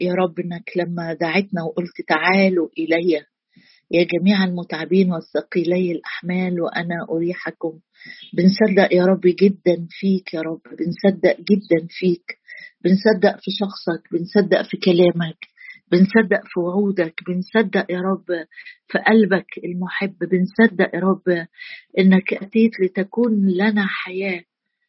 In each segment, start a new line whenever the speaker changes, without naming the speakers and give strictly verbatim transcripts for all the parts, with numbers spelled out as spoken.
يا رب إنك لما دعتنا وقلت تعالوا إلي يا جميع المتعبين والثقيلي الأحمال وأنا أريحكم. بنصدق يا رب جدا فيك، يا رب بنصدق جدا فيك، بنصدق في شخصك، بنصدق في كلامك، بنصدق في وعودك، بنصدق يا رب في قلبك المحب، بنصدق يا رب إنك أتيت لتكون لنا حياة،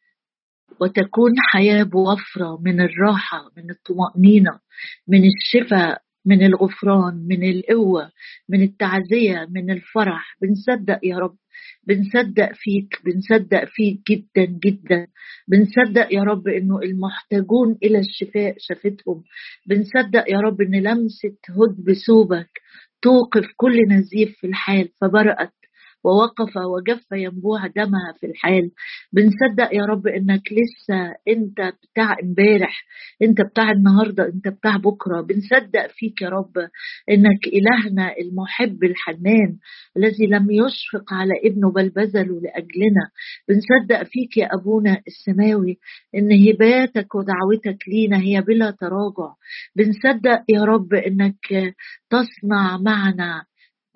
وتكون حياة بوفرة من الراحة، من الطمأنينة، من الشفاء، من الغفران، من القوة، من التعزية، من الفرح. بنصدق يا رب، بنصدق فيك، بنصدق فيك جدا جدا. بنصدق يا رب إنه المحتاجون إلى الشفاء شفتهم. بنصدق يا رب إن لمسة هد بثوبك توقف كل نزيف في الحال فبرأت ووقف وجف ينبوع دمها في الحال. بنصدق يا رب انك لسه انت بتاع امبارح، انت بتاع النهارده، انت بتاع بكره. بنصدق فيك يا رب انك الهنا المحب الحنان الذي لم يشفق على ابنه بل بذله لاجلنا. بنصدق فيك يا ابونا السماوي ان هباتك ودعوتك لينا هي بلا تراجع. بنصدق يا رب انك تصنع معنا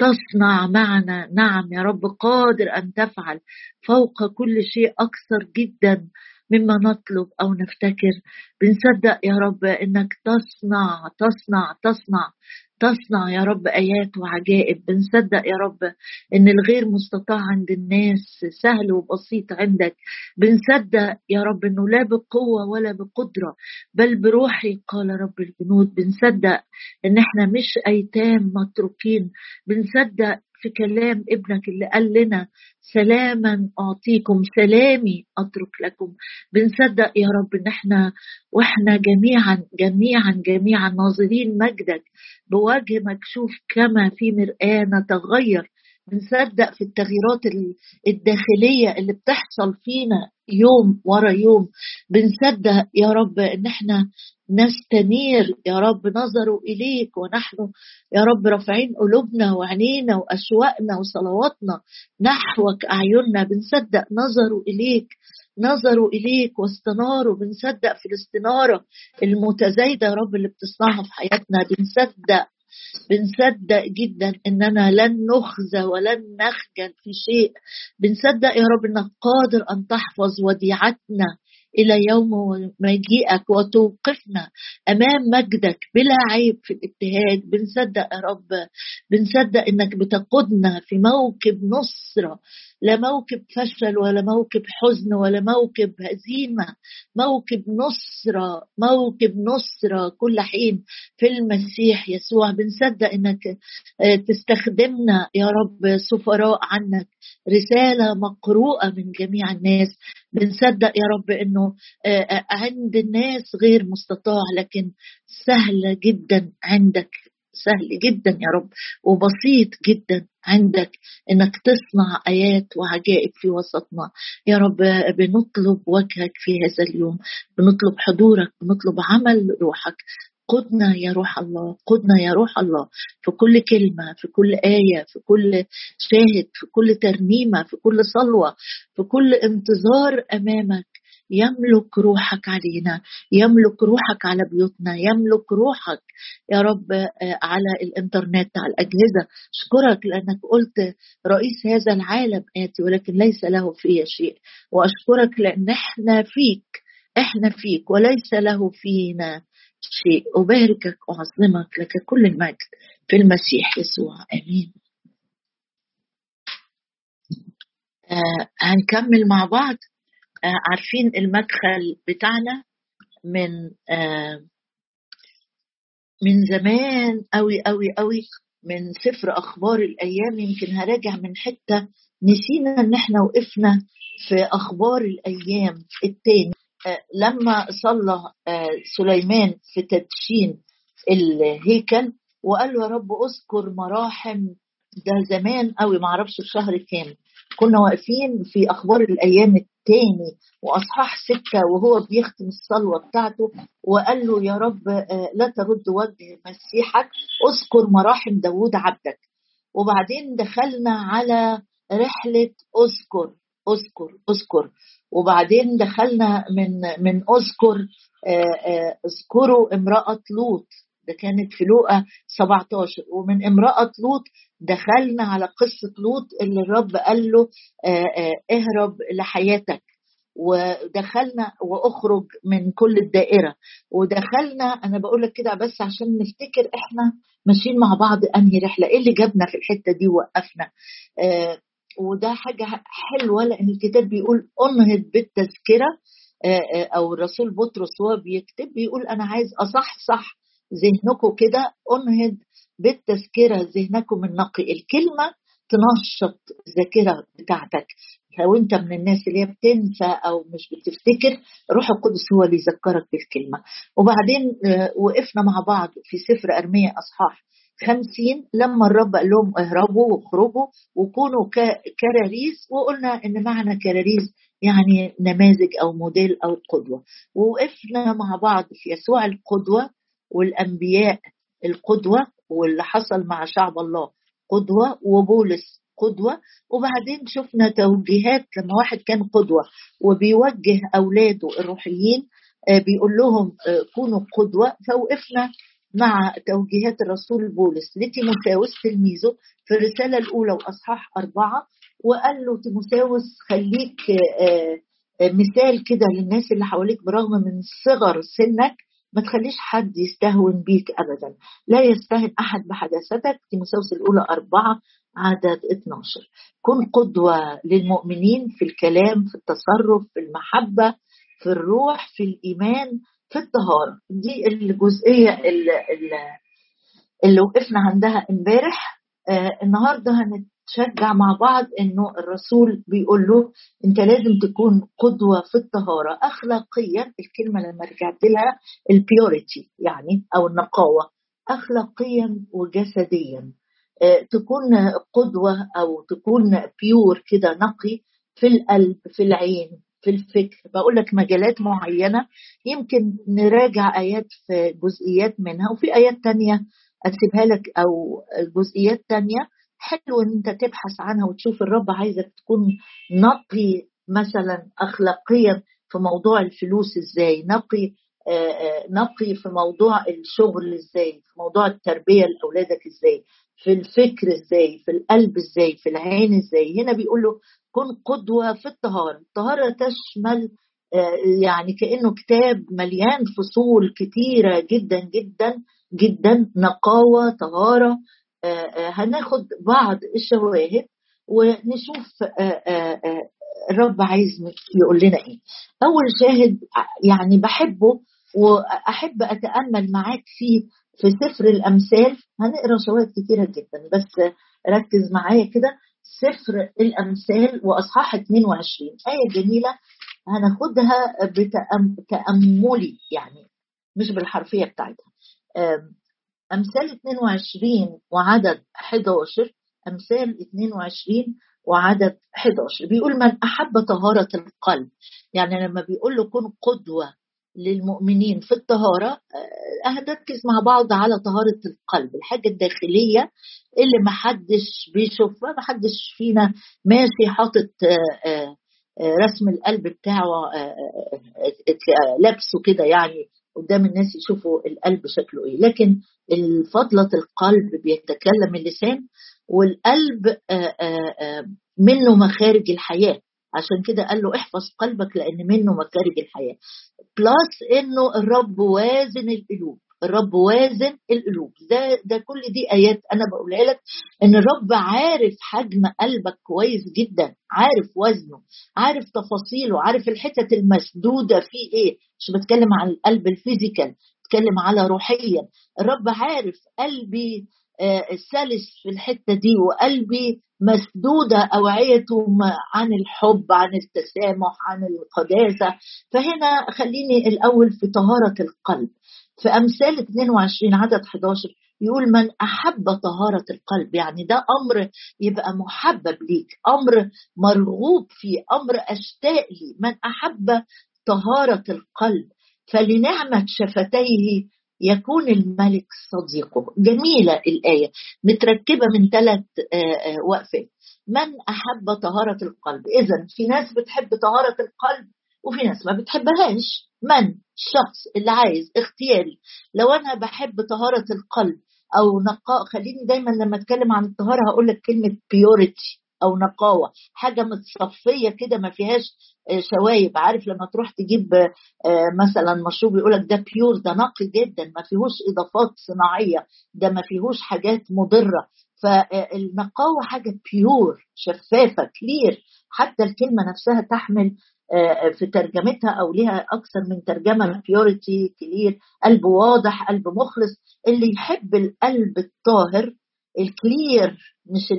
تصنع معنا، نعم يا رب قادر أن تفعل فوق كل شيء أكثر جدا مما نطلب أو نفتكر. بنصدق يا رب إنك تصنع تصنع تصنع تصنع يا رب آيات وعجائب. بنصدق يا رب إن الغير مستطاع عند الناس سهل وبسيط عندك. بنصدق يا رب إنه لا بقوة ولا بقدرة بل بروحي قال رب الجنود. بنصدق إن إحنا مش أيتام متروكين. بنصدق في كلام ابنك اللي قال لنا سلاما أعطيكم سلامي أترك لكم. بنصدق يا رب إن إحنا وإحنا جميعا جميعا جميعا ناظرين مجدك بوجه مكشوف كما في مرآة نتغير. بنصدق في التغييرات الداخلية اللي بتحصل فينا يوم ورا يوم. بنصدق يا رب إن إحنا نستنير يا رب نظروا إليك، ونحن يا رب رافعين قلوبنا وعينينا وأشواقنا وصلواتنا نحوك أعيننا. بنصدق نظروا إليك، نظروا إليك واستناروا. بنصدق في الاستنارة المتزايدة يا رب اللي بتصنعها في حياتنا. بنصدق بنصدق جدا إننا لن نخزى ولن نخجل في شيء. بنصدق يا رب إنك قادر أن تحفظ وديعتنا إلى يوم مجيئك وتوقفنا أمام مجدك بلا عيب في الابتهاج. بنصدق يا رب، بنصدق إنك بتقودنا في موكب نصرة، لا موكب فشل ولا موكب حزن ولا موكب هزيمة، موكب نصرة، موكب نصرة كل حين في المسيح يسوع. بنصدق إنك تستخدمنا يا رب سفراء عنك، رسالة مقروءة من جميع الناس. بنصدق يا رب إنه عند الناس غير مستطاع لكن سهل جدا عندك، سهل جدا يا رب وبسيط جدا عندك إنك تصنع آيات وعجائب في وسطنا. يا رب بنطلب وجهك في هذا اليوم، بنطلب حضورك، بنطلب عمل روحك. قدنا يا روح الله، قدنا يا روح الله في كل كلمة، في كل آية، في كل شاهد، في كل ترنيمة، في كل صلوة، في كل انتظار أمامك. يملك روحك علينا، يملك روحك على بيوتنا، يملك روحك يا رب على الانترنت، على الأجهزة. أشكرك لأنك قلت رئيس هذا العالم آتي ولكن ليس له فيه شيء. وأشكرك لأن احنا فيك، احنا فيك وليس له فينا شيء. أباركك وأعظمك، لك كل المجد في المسيح يسوع، آمين. آه هنكمل مع بعض. آه عارفين المدخل بتاعنا من آه من زمان قوي قوي قوي، من سفر أخبار الأيام. يمكن هراجع من حتة نسينا ان احنا وقفنا في أخبار الأيام التاني آه لما صلى آه سليمان في تدشين الهيكل وقال له يا رب اذكر مراحم. ده زمان قوي، معرفش في شهر كام. كنا واقفين في أخبار الأيام التاني وأصحاح ستة وهو بيختم الصلوة بتاعته وقال له يا رب لا ترد وجه مسيحك، اذكر مراحم داود عبدك. وبعدين دخلنا على رحلة اذكر اذكر اذكر وبعدين دخلنا من من اذكر اذكروا امرأة لوط ده كانت في لوقا سبعتاشر. ومن امرأة لوط دخلنا على قصة لوط اللي الرب قال له اهرب لحياتك، ودخلنا واخرج من كل الدائرة. ودخلنا، انا بقول لك كده بس عشان نفتكر احنا ماشيين مع بعض انهي رحلة، ايه اللي جابنا في الحتة دي ووقفنا. آه وده حاجة حلوة، لان الكتاب بيقول انهض بالتذكرة. آه او الرسول بطرس هو بيكتب بيقول انا عايز اصحصح ذهنكم كده، انهض بالتذكرة ذهنكم النقي. الكلمة تنشط الذاكرة بتاعتك. لو انت من الناس اللي هي بتنسى او مش بتفتكر، روح القدس هو اللي يذكرك بالكلمة. وبعدين وقفنا مع بعض في سفر أرميا اصحاح خمسين لما الرب قال لهم اهربوا واخرجوا وكونوا كراريس، وقلنا ان معنى كراريس يعني نماذج او موديل او قدوة. ووقفنا مع بعض في يسوع القدوة والانبياء القدوة، واللي حصل مع شعب الله قدوة، وبولس قدوة. وبعدين شفنا توجيهات لما واحد كان قدوة وبيوجه أولاده الروحيين بيقول لهم كونوا قدوة. فوقفنا مع توجيهات الرسول بولس لتيموثاوس تلميذه في الرسالة الأولى وأصحاح أربعة، وقال له تيموثاوس خليك مثال كده للناس اللي حواليك برغم من صغر سنك، ما تخليش حد يستهون بيك أبدا، لا يستهن أحد بحداثتك. تيموثاوس الأولى أربعة عدد اتناشر. كن قدوة للمؤمنين في الكلام، في التصرف، في المحبة، في الروح، في الإيمان، في الطهارة. دي الجزئية اللي, اللي وقفنا عندها امبارح. آه النهاردة هنتشجع مع بعض انه الرسول بيقول له انت لازم تكون قدوة في الطهارة اخلاقيا. الكلمة لما رجعت لها البيوريتي يعني او النقاوة، اخلاقيا وجسديا. آه تكون قدوة او تكون بيور كده، نقي في القلب، في العين، في الفكر. بقول لك مجالات معينة يمكن نراجع آيات في جزئيات منها، وفي آيات تانية أسيبها لك أو جزئيات تانية حلو أن أنت تبحث عنها وتشوف الرب عايزك تكون نقي مثلا أخلاقيا في موضوع الفلوس إزاي، نقي نقي في موضوع الشغل إزاي، في موضوع التربية لأولادك إزاي، في الفكر إزاي، في القلب إزاي، في العين إزاي. هنا بيقول له كن قدوة في الطهارة. الطهارة تشمل يعني كأنه كتاب مليان فصول كتيرة جدا جدا جدا، نقاوة، طهارة. هناخد بعض الشواهد ونشوف الرب عايز يقول لنا ايه. اول شاهد يعني بحبه واحب اتامل معاك فيه في سفر الامثال. هنقرا شواهد كتيره جدا بس ركز معايا كده. سفر الامثال واصحاح اتنين وعشرين، ايه جميله هناخدها بتاملي يعني مش بالحرفيه بتاعتها. امثال اتنين وعشرين وعدد حداشر. امثال اتنين وعشرين وعدد حداشر بيقول من احب طهاره القلب. يعني لما بيقول له كن قدوه للمؤمنين في الطهاره، هنركز مع بعض على طهاره القلب، الحاجه الداخليه اللي محدش بيشوفها. محدش فينا ماشي حاطط رسم القلب بتاعه لابسه كده يعني قدام الناس يشوفوا القلب شكله ايه، لكن الفضلة القلب بيتكلم اللسان، والقلب منه مخارج الحياة. عشان كده قال له احفظ قلبك لأن منه مخارج الحياة. بلس انه الرب وازن القلوب، الرب وازن القلوب. ده ده كل دي ايات انا بقولها لك ان الرب عارف حجم قلبك كويس جدا، عارف وزنه، عارف تفاصيله، عارف الحتت المسدوده فيه ايه. مش بتكلم عن القلب الفيزيكال، بتكلم على روحيا. الرب عارف قلبي السلس في الحته دي وقلبي مسدوده اوعيته عن الحب، عن التسامح، عن القداسه. فهنا خليني الاول في طهاره القلب. في امثال اتنين وعشرين عدد حداشر يقول من احب طهاره القلب، يعني ده امر يبقى محبب ليك، امر مرغوب فيه، امر اشتاق لي. من احب طهاره القلب فلنعمه شفتيه يكون الملك صديقه. جميلة الآية متركبة من ثلاث وقفات. من أحب طهارة القلب، إذن في ناس بتحب طهارة القلب وفي ناس ما بتحبهاش. من الشخص اللي عايز اختياري، لو أنا بحب طهارة القلب أو نقاء، خليني دايما لما أتكلم عن الطهارة هقول لك كلمة purity أو نقاوة، حاجة متصفية كده ما فيهاش شوايب. عارف لما تروح تجيب مثلا مشروب يقولك ده بيور، ده نقي جدا ما فيهوش إضافات صناعية، ده ما فيهوش حاجات مضرة. فالنقاوة حاجة بيور شفافة كلير، حتى الكلمة نفسها تحمل في ترجمتها أو لها أكثر من ترجمة، purity كلير، قلب واضح، قلب مخلص. اللي يحب القلب الطاهر الكلير، مش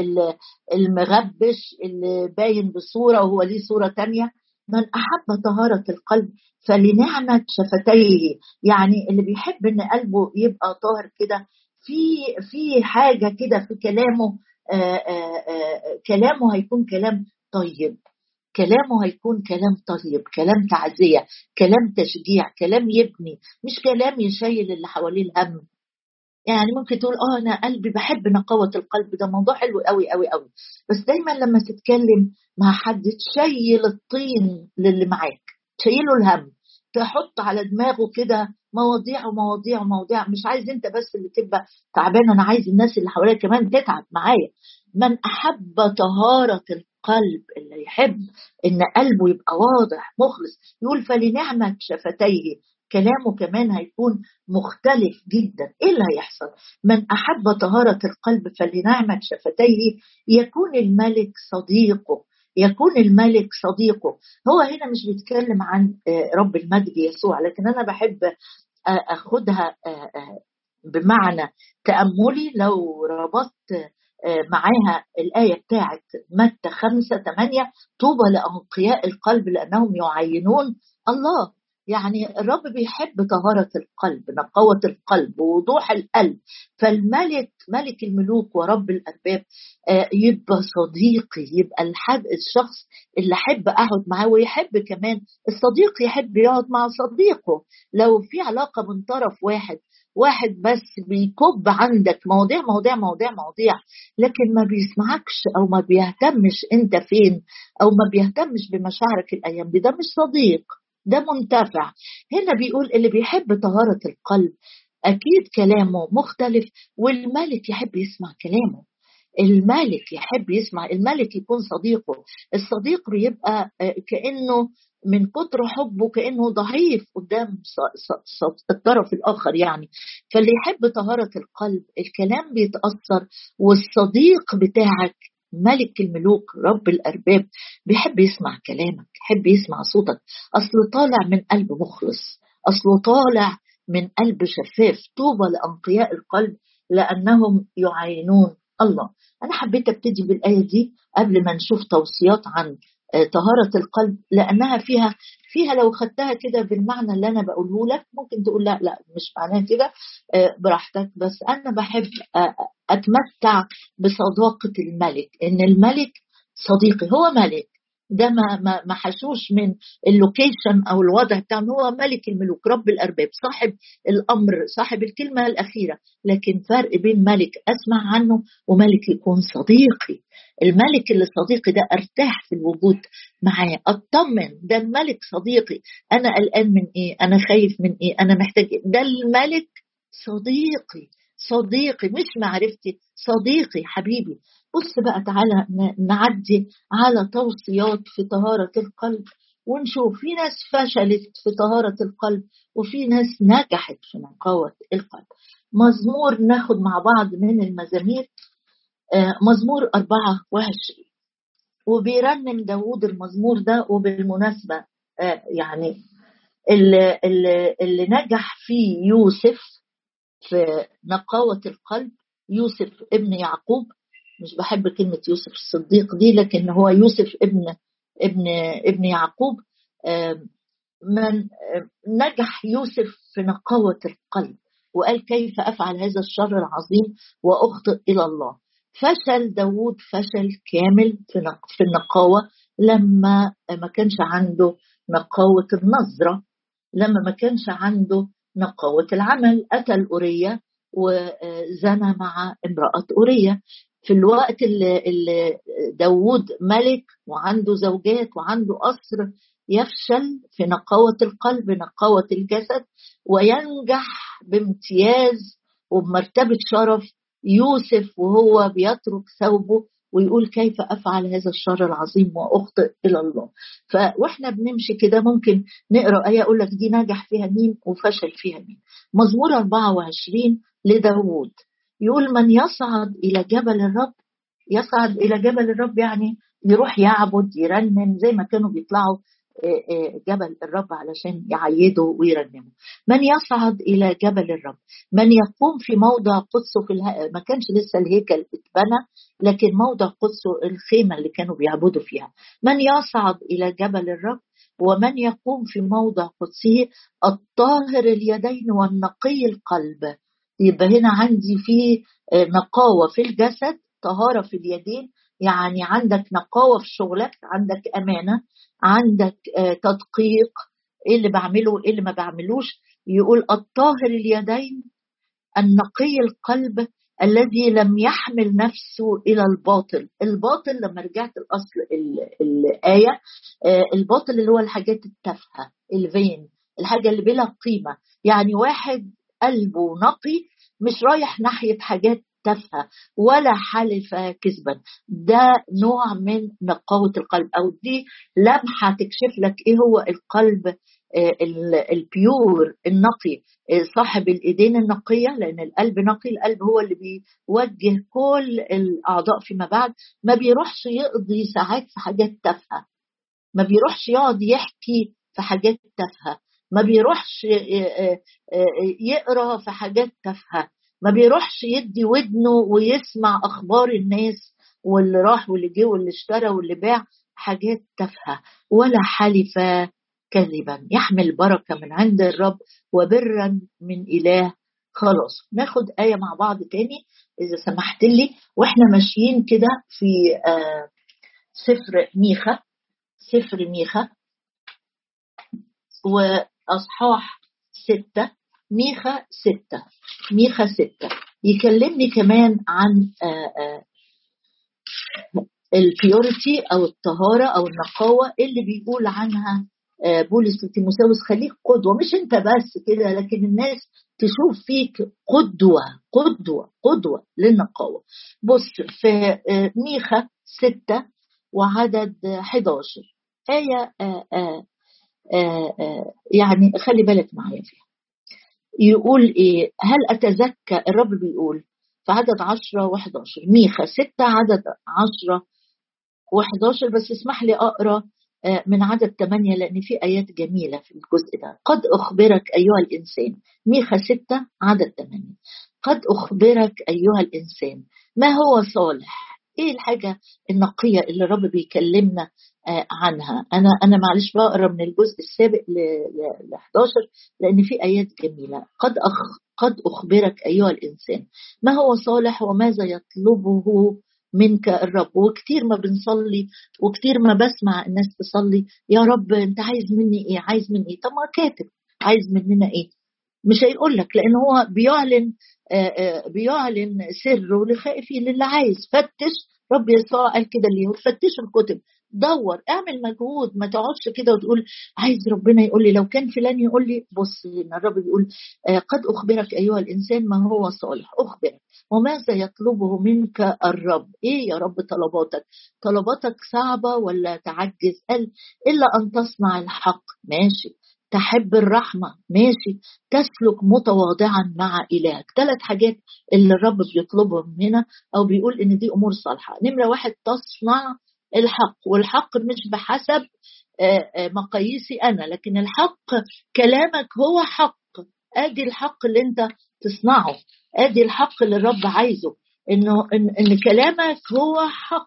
المغبش اللي باين بصورة وهو ليه صورة تانية. من أحب طهارة القلب فلنعمة شفتيه، يعني اللي بيحب إن قلبه يبقى طاهر كده، في في حاجة كده في كلامه، آآ آآ كلامه هيكون كلام طيب، كلامه هيكون كلام طيب، كلام تعزية، كلام تشجيع، كلام يبني، مش كلام يشيل اللي حواليه الهم. يعني ممكن تقول اه انا قلبي بحب نقاوة القلب، ده موضوع حلو قوي قوي قوي، بس دايما لما تتكلم مع حد تشيل الطين للي معاك، تشيله الهم، تحط على دماغه كده مواضيع ومواضيع ومواضيع. مش عايز انت بس اللي تبقى تعبان، انا عايز الناس اللي حواليا كمان تتعب معايا. من احب طهارة القلب، اللي يحب ان قلبه يبقى واضح مخلص، يقول فلنعمة شفتيه، كلامه كمان هيكون مختلف جدا. ايه اللي هيحصل؟ من احب طهارة القلب فلنعمة شفتيه يكون الملك صديقه، يكون الملك صديقه. هو هنا مش بيتكلم عن رب المجد يسوع، لكن انا بحب اخدها بمعنى تأملي. لو ربطت معاها الآية بتاعت متى خمسة ثمانية، طوبى لأنقياء القلب لأنهم يعينون الله. يعني الرب بيحب طهارة القلب، نقاوة القلب، ووضوح القلب. فالملك ملك الملوك ورب الأرباب يبقى صديقي، يبقى الحد الشخص اللي أحب أقعد معاه، ويحب كمان الصديق يحب يقعد مع صديقه. لو في علاقة من طرف واحد واحد بس بيكب عندك مواضيع مواضيع مواضيع مواضيع، لكن ما بيسمعكش أو ما بيهتمش أنت فين، أو ما بيهتمش بمشاعرك الأيام دي، ده مش صديق، ده منتفع. هنا بيقول اللي بيحب طهارة القلب أكيد كلامه مختلف، والملك يحب يسمع كلامه. الملك يحب يسمع، الملك يكون صديقه. الصديق بيبقى كأنه من كتر حبه كأنه ضعيف قدام الطرف الآخر يعني. فاللي يحب طهارة القلب الكلام بيتأثر، والصديق بتاعك ملك الملوك رب الأرباب بيحب يسمع كلامك، يحب يسمع صوتك، أصله طالع من قلب مخلص، أصله طالع من قلب شفاف. طوبى لأنقياء القلب لأنهم يعينون الله. أنا حبيت أبتدي بالآية دي قبل ما نشوف توصيات عن طهارة القلب، لأنها فيها فيها لو خدتها كده بالمعنى اللي أنا بقوله لك ممكن تقول لا لا مش معناه كده، براحتك. بس أنا بحب أتمتع بصداقة الملك، إن الملك صديقي، هو ملك، ده ما ما ما حشوش من اللوكيشن او الوضع بتاعه، هو ملك الملوك رب الارباب صاحب الامر صاحب الكلمه الاخيره. لكن فرق بين ملك اسمع عنه وملك يكون صديقي. الملك اللي صديقي ده ارتاح في الوجود معاه، اطمن ده الملك صديقي. انا قلقان من ايه، انا خايف من ايه، انا محتاج إيه؟ ده الملك صديقي، صديقي مش معرفتي، صديقي حبيبي. بص بقى تعالى نعدي على توصيات في طهارة القلب ونشوف. في ناس فشلت في طهارة القلب وفي ناس نجحت في نقاوة القلب. مزمور ناخد مع بعض من المزامير، مزمور أربعة وعشرين، وبيرنم داود المزمور ده. وبالمناسبة يعني اللي, اللي, اللي نجح فيه يوسف في نقاوة القلب، يوسف ابن يعقوب. مش بحب كلمة يوسف الصديق دي، لكن هو يوسف ابن ابن ابن يعقوب. من نجح يوسف في نقاوة القلب وقال كيف أفعل هذا الشر العظيم وأخطئ إلى الله. فشل داود فشل كامل في النقاوة لما ما كانش عنده نقاوة النظرة، لما ما كانش عنده نقاوة العمل. قتل أورية وزنى مع امرأة أورية في الوقت اللي, اللي داود ملك وعنده زوجات وعنده قصر يفشل في نقاوة القلب، نقاوة الجسد، وينجح بامتياز وبمرتبة شرف يوسف وهو بيترك ثوبه ويقول كيف أفعل هذا الشر العظيم وأخطئ إلى الله. فإحنا بنمشي كده ممكن نقرأ آية أقول لك دي نجح فيها مين وفشل فيها مين. مزمور أربعة وعشرين لداود يقول من يصعد إلى جبل الرب، يصعد إلى جبل الرب يعني يروح يعبد يرنم زي ما كانوا بيطلعوا جبل الرب علشان يعيدوا ويرنموا. من يصعد إلى جبل الرب، من يقوم في موضع قدسه في اله... ما كانش لسه الهيكل اتبنى، لكن موضع قدسه الخيمة اللي كانوا بيعبدوا فيها. من يصعد إلى جبل الرب ومن يقوم في موضع قدسه الطاهر اليدين والنقي القلب. يبقى هنا عندي في نقاوة في الجسد، طهارة في اليدين، يعني عندك نقاوة في شغلك، عندك أمانة، عندك تدقيق إيه اللي بعمله إيه اللي ما بعملوش. يقول الطاهر اليدين النقي القلب الذي لم يحمل نفسه إلى الباطل. الباطل لما رجعت الأصل الآية، الباطل اللي هو الحاجات التافهة، الفين، الحاجة اللي بلا قيمة. يعني واحد قلبه نقي مش رايح ناحية حاجات تافهة ولا حلف كذبا. ده نوع من نقاوة القلب، أو دي لمحة تكشف لك إيه هو القلب البيور النقي، صاحب الإيدين النقية، لأن القلب نقي. القلب هو اللي بيوجه كل الأعضاء فيما بعد. ما بيروحش يقضي ساعات في حاجات تافهة، ما بيروحش يقعد يحكي في حاجات تافهة، ما بيروحش يقرأ في حاجات تافهة، ما بيروحش يدي ودنه ويسمع أخبار الناس واللي راح واللي جه واللي اشترى واللي باع حاجات تافهة. ولا حلف كذبا، يحمل بركة من عند الرب وبرا من إله خلاص. ناخد آية مع بعض تاني إذا سمحت لي وإحنا ماشيين كده في آه سفر ميخا، سفر ميخا وأصحاح ستة، ميخا ستة، ميخا ستة يكلمني كمان عن البيوريتي أو الطهارة أو النقاوة اللي بيقول عنها بولس لتيموثاوس خليك قدوة، مش انت بس كده لكن الناس تشوف فيك قدوة، قدوة قدوة للنقاوة. بص في ميخا ستة وعدد إحدى عشر آية آآ آآ آآ يعني خلي بالك معايا فيها. يقول إيه؟ هل أتزكى، الرب بيقول في عدد عشرة وإحدى عشر، ميخا ستة عدد عشرة وإحدى عشر، بس اسمح لي أقرأ من عدد ثمانية لأن في آيات جميلة في الجزء ده. قد أخبرك أيها الإنسان، ميخا ستة عدد ثمانية، قد أخبرك أيها الإنسان ما هو صالح. إيه الحاجة النقية اللي الرب بيكلمنا عنها؟ أنا أنا معلش بقرأ من الجزء السابق ل إحدى عشر لأن في آيات جميلة. قد أخ قد أخبرك أيها الإنسان ما هو صالح وماذا يطلبه منك الرب. وكتير ما بنصلي وكتير ما بسمع الناس تصلي يا رب انت عايز مني ايه، عايز مني ايه. طب ما كاتب عايز مننا ايه، مش هيقول لك لان هو بيعلن آآ آآ بيعلن سره لخائفين للي عايز. فتش، رب يسوع قال كده اليهود فتشوا الكتب، دور، اعمل مجهود، ما تقعدش كده وتقول عايز ربنا يقول لي لو كان فلان يقول لي. بص ان الرب بيقول قد اخبرك ايها الانسان ما هو صالح، اخبرك وماذا يطلبه منك الرب. ايه يا رب طلباتك؟ طلباتك صعبة ولا تعجز؟ قال الا ان تصنع الحق، ماشي، تحب الرحمة، ماشي، تسلك متواضعا مع إلهك. ثلاث حاجات اللي الرب بيطلبهم هنا أو بيقول إن دي أمور صالحة. نمرة واحد تصنع الحق، والحق مش بحسب مقاييسي أنا لكن الحق كلامك هو حق. أدي الحق اللي أنت تصنعه، أدي الحق اللي الرب عايزه، إنه إن, إن كلامك هو حق.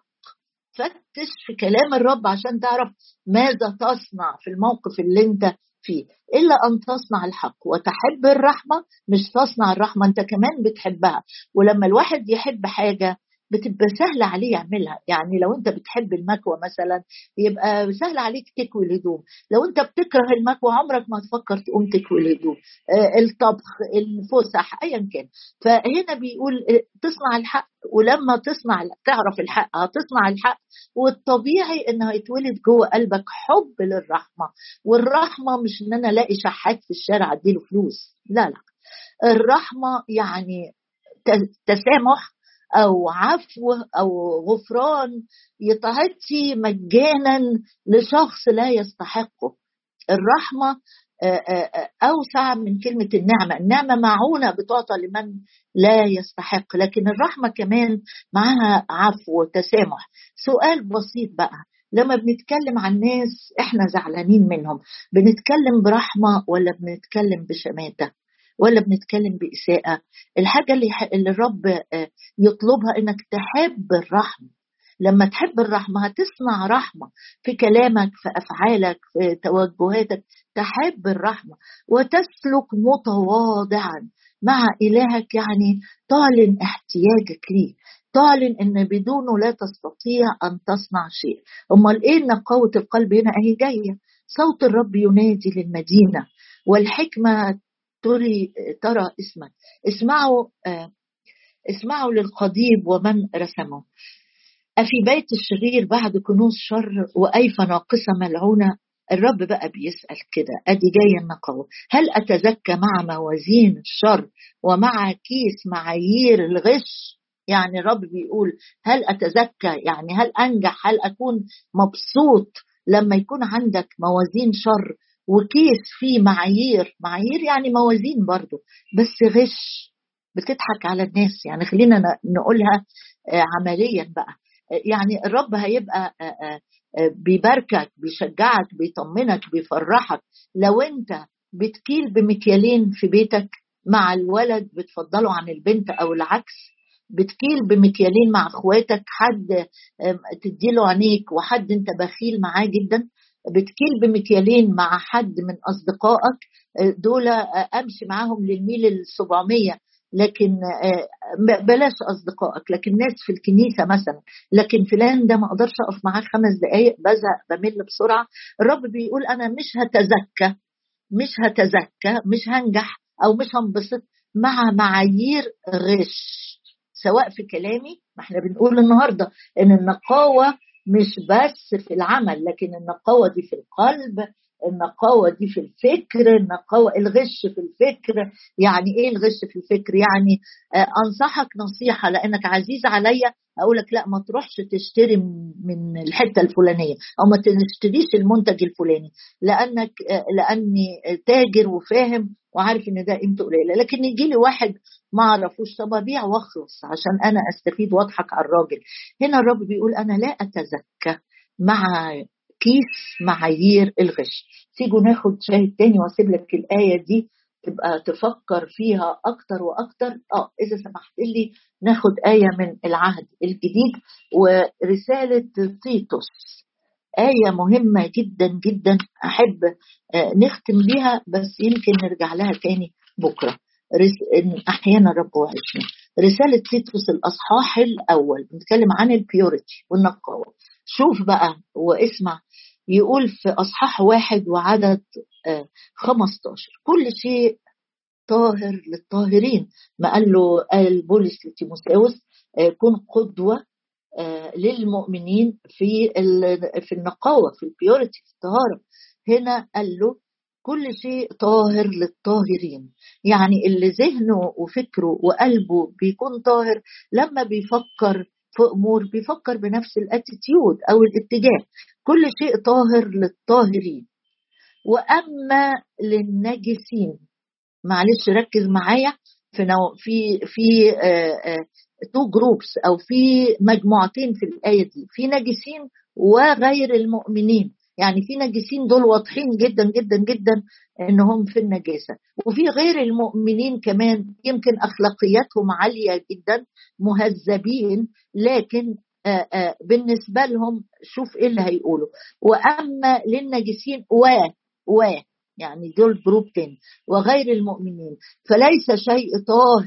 فتش في كلام الرب عشان تعرف ماذا تصنع في الموقف اللي انت فيه. إلا أن تصنع الحق وتحب الرحمة، مش تصنع الرحمة انت كمان بتحبها. ولما الواحد يحب حاجة بتبقى سهلة عليه يعملها. يعني لو انت بتحب المكوى مثلا يبقى سهل عليك تكوي الهدوم. لو انت بتكره المكوى عمرك ما تفكر تقوم تكوي الهدوم. آه الطبخ، الفسح، ايا كان. فهنا بيقول تصنع الحق، ولما تصنع تعرف الحق هتصنع الحق، والطبيعي انه يتولد جوه قلبك حب للرحمة. والرحمة مش ان انا الاقي شحات في الشارع اديله فلوس، لا لا. الرحمة يعني تسامح أو عفو أو غفران يتعطي مجانا لشخص لا يستحقه. الرحمة أوسع من كلمة النعمة. النعمة معونة بتعطى لمن لا يستحق، لكن الرحمة كمان معها عفو وتسامح. سؤال بسيط بقى، لما بنتكلم عن ناس احنا زعلانين منهم بنتكلم برحمة ولا بنتكلم بشماتة ولا بنتكلم بإساءة؟ الحاجة اللي, اللي الرب يطلبها إنك تحب الرحمة. لما تحب الرحمة هتصنع رحمة في كلامك، في أفعالك، في توجهاتك. تحب الرحمة وتسلك متواضعا مع إلهك، يعني تعلن احتياجك ليه، تعلن إن بدونه لا تستطيع أن تصنع شيء. أمال إيه نقاوة القلب هنا؟ أهي جاية، صوت الرب ينادي للمدينة والحكمة تري ترى اسمك. اسمعوا آه اسمعوا للقضيب ومن رسمه. أفي بيت الشرير بعد كنوز شر وأيفة ناقصة ملعونة. الرب بقى بيسأل كده، أدي جاية النقاوة، هل أتزكى مع موازين الشر ومع كيس معايير الغش؟ يعني الرب بيقول هل أتزكى، يعني هل أنجح، هل أكون مبسوط لما يكون عندك موازين شر وكيس فيه معايير، معايير يعني موازين برضو بس غش، بتضحك على الناس. يعني خلينا نقولها عمليا بقى. يعني الرب هيبقى بيباركك، بيشجعك، بيطمنك، بيفرحك لو انت بتكيل بمكيالين في بيتك، مع الولد بتفضله عن البنت او العكس، بتكيل بمكيالين مع اخواتك، حد تديله عينيك وحد انت بخيل معاه جدا، بتكيل بمكيالين مع حد من اصدقائك دول امشي معاهم للميل السبعمية، لكن بلاش أصدقائك، لكن ناس في الكنيسة مثلا، لكن فلان ده ما أقدرش أقف معاه خمس دقايق بزهق بمل بسرعة. الرب بيقول أنا مش هتزكى مش هتزكى مش هنجح أو مش هنبسط مع معايير غش، سواء في كلامي. ما احنا بنقول النهاردة إن النقاوة مش بس في العمل، لكن النقاوة دي في القلب، النقاوة دي في الفكر، النقاوة الغش في الفكر. يعني ايه الغش في الفكر؟ يعني آه انصحك نصيحة لانك عزيز عليا، اقولك لا ما تروحش تشتري من الحتة الفلانية او ما تشتريش المنتج الفلاني، لانك آه لاني تاجر وفاهم وعارف ان ده قيمته قليلة. لكن يجي لي واحد ما اعرفوش، طب ابيع واخلص عشان انا استفيد واضحك على الراجل. هنا الرب بيقول انا لا اتزكى مع كيس معايير الغش. تيجوا ناخد شاهد تاني واسيب لك الآية دي تبقى تفكر فيها أكتر وأكتر. آه إذا سمحت لي ناخد آية من العهد الجديد ورسالة تيتوس، آية مهمة جدا جدا أحب آه نختم بيها، بس يمكن نرجع لها تاني بكرة رس... أحيانا رب وعشنا. رسالة تيتوس الأصحاح الأول بنتكلم عن البيوريتي والنقاوة. شوف بقى واسمع، يقول في أصحاح واحد وعدد خمستاشر كل شيء طاهر للطاهرين. ما قال له قال بولس لتيموثاوس كن قدوة للمؤمنين في في النقاوة، في البيوريتي، في الطهارة. هنا قال له كل شيء طاهر للطاهرين، يعني اللي ذهنه وفكره وقلبه بيكون طاهر لما بيفكر في أمور بيفكر بنفس الاتيتيود أو الاتجاه. كل شيء طاهر للطاهرين وأما للنجسين، معلش ركز معايا في نوع في في تو جروبس أو في مجموعتين في الآية دي، في نجسين وغير المؤمنين. يعني في نجسين دول واضحين جدا جدا جدا انهم في النجاسة، وفي غير المؤمنين كمان يمكن اخلاقياتهم عالية جدا مهذبين، لكن آآ آآ بالنسبة لهم شوف ايه اللي هيقولوا. واما للنجسين و و يعني دول جروب تاني وغير المؤمنين فليس شيء طاهر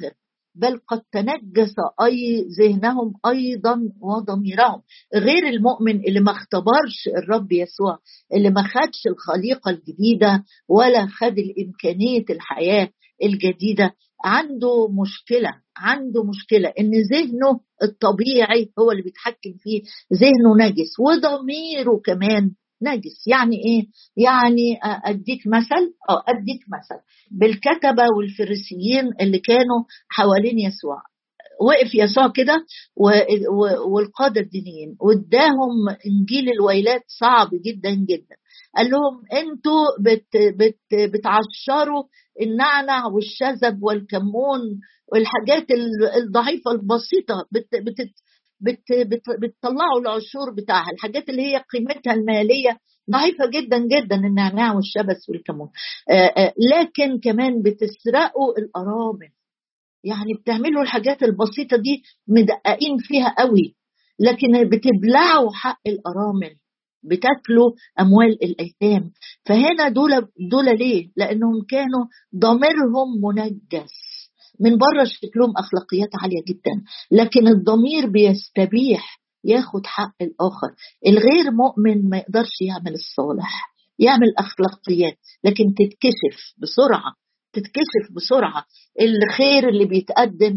بل قد تنجس أي ذهنهم أيضا وضميرهم. غير المؤمن اللي ما اختبرش الرب يسوع، اللي ما خدش الخليقة الجديدة ولا خد الإمكانية الحياة الجديدة، عنده مشكلة عنده مشكلة إن ذهنه الطبيعي هو اللي بيتحكم فيه، ذهنه نجس وضميره كمان نجس. يعني إيه؟ يعني أديك مثل أو أديك مثل بالكتبة والفريسيين اللي كانوا حوالين يسوع. وقف يسوع كده والقادة الدينيين واداهم إنجيل الويلات صعب جدا جدا. قال لهم انتوا بت بت بتعشروا النعنع والشذب والكمون والحاجات الضعيفة البسيطة، بت بت بت بت بتطلعوا العشور بتاعها، الحاجات اللي هي قيمتها المالية ضعيفة جدا جدا، النعناع والشبس والكمون. آآ آآ لكن كمان بتسرقوا الأرامل، يعني بتعملوا الحاجات البسيطة دي مدققين فيها قوي، لكن بتبلعوا حق الأرامل، بتاكلوا أموال الأيتام. فهنا دول دول ليه؟ لأنهم كانوا ضميرهم منجس. من بره شكلهم أخلاقيات عالية جدا، لكن الضمير بيستبيح ياخد حق الآخر. الغير مؤمن ما يقدرش يعمل الصالح، يعمل أخلاقيات، لكن تتكشف بسرعة تتكشف بسرعة. الخير اللي بيتقدم،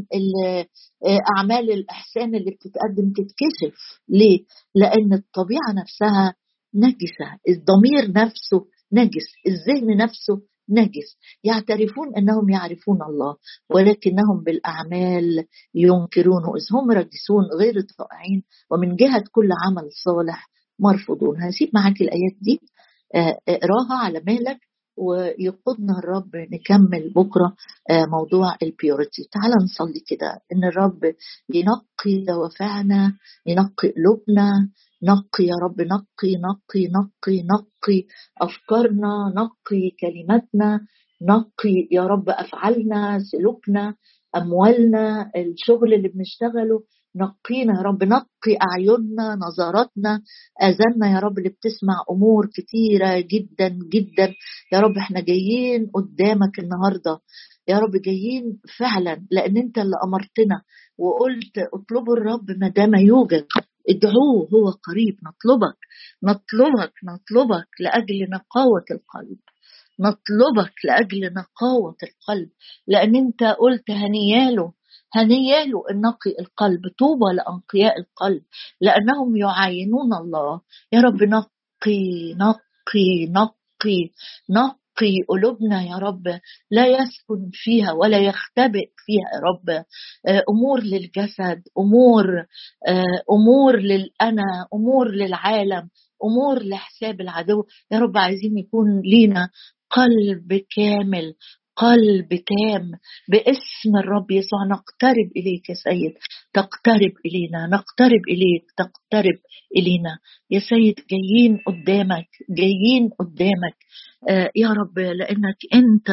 أعمال الإحسان اللي بتتقدم تتكشف. ليه؟ لأن الطبيعة نفسها نجسة، الضمير نفسه نجس، الذهن نفسه نجس. يعترفون أنهم يعرفون الله ولكنهم بالأعمال ينكرونه، إذ هم رجسون غير طائعين ومن جهة كل عمل صالح مرفوضون. هسيب معاك الآيات دي اقراها على مهلك ويقودنا الرب نكمل بكرة موضوع البيوريتي. تعال نصلي كده إن الرب ينقي دوافعنا، ينقي قلوبنا، نقي يا رب، نقي نقي نقي نقي أفكارنا، نقي كلماتنا، نقي يا رب أفعالنا، سلوكنا، أموالنا، الشغل اللي بنشتغله، نقينا يا رب، نقي أعيننا، نظراتنا، أذاننا يا رب اللي بتسمع أمور كتيرة جدا جدا. يا رب احنا جايين قدامك النهاردة يا رب، جايين فعلا لأن انت اللي أمرتنا وقلت اطلبوا الرب ما دام يوجد، ادعوه هو قريب. نطلبك نطلبك نطلبك لأجل نقاوة القلب، نطلبك لأجل نقاوة القلب، لأن انت قلت هنياله هنياله النقي القلب، طوبى لأنقياء القلب لأنهم يعاينون الله. يا رب نقي نقي نقي نقي قلوبنا يا رب، لا يسكن فيها ولا يختبئ فيها يا رب أمور للجسد، أمور أمور للأنا، أمور للعالم، أمور لحساب العدو. يا رب عايزين يكون لينا قلب كامل، قلب تام باسم الرب يسوع. نقترب إليك يا سيد، تقترب إلينا، نقترب إليك، تقترب إلينا يا سيد. جايين قدامك جايين قدامك آه يا رب، لأنك أنت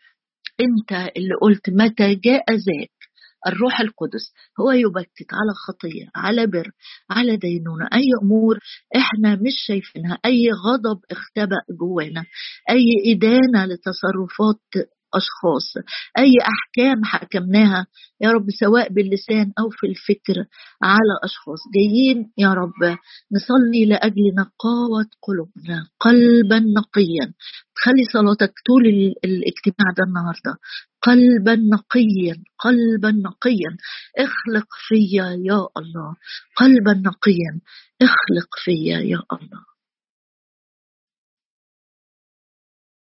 أنت اللي قلت متى جاء ذاك الروح القدس هو يبكت على خطية، على بر، على دينونة، أي أمور إحنا مش شايفينها، أي غضب اختبأ جوانا، أي إدانة لتصرفات أشخاص، أي أحكام حكمناها يا رب سواء باللسان أو في الفكر على أشخاص. جايين يا رب نصلي لأجل نقاوة قلوبنا، قلبا نقيا. خلي صلاتك طول الاجتماع ده النهاردة قلبا نقيا، قلبا نقيا اخلق فيا يا الله، قلبا نقيا اخلق فيا يا الله.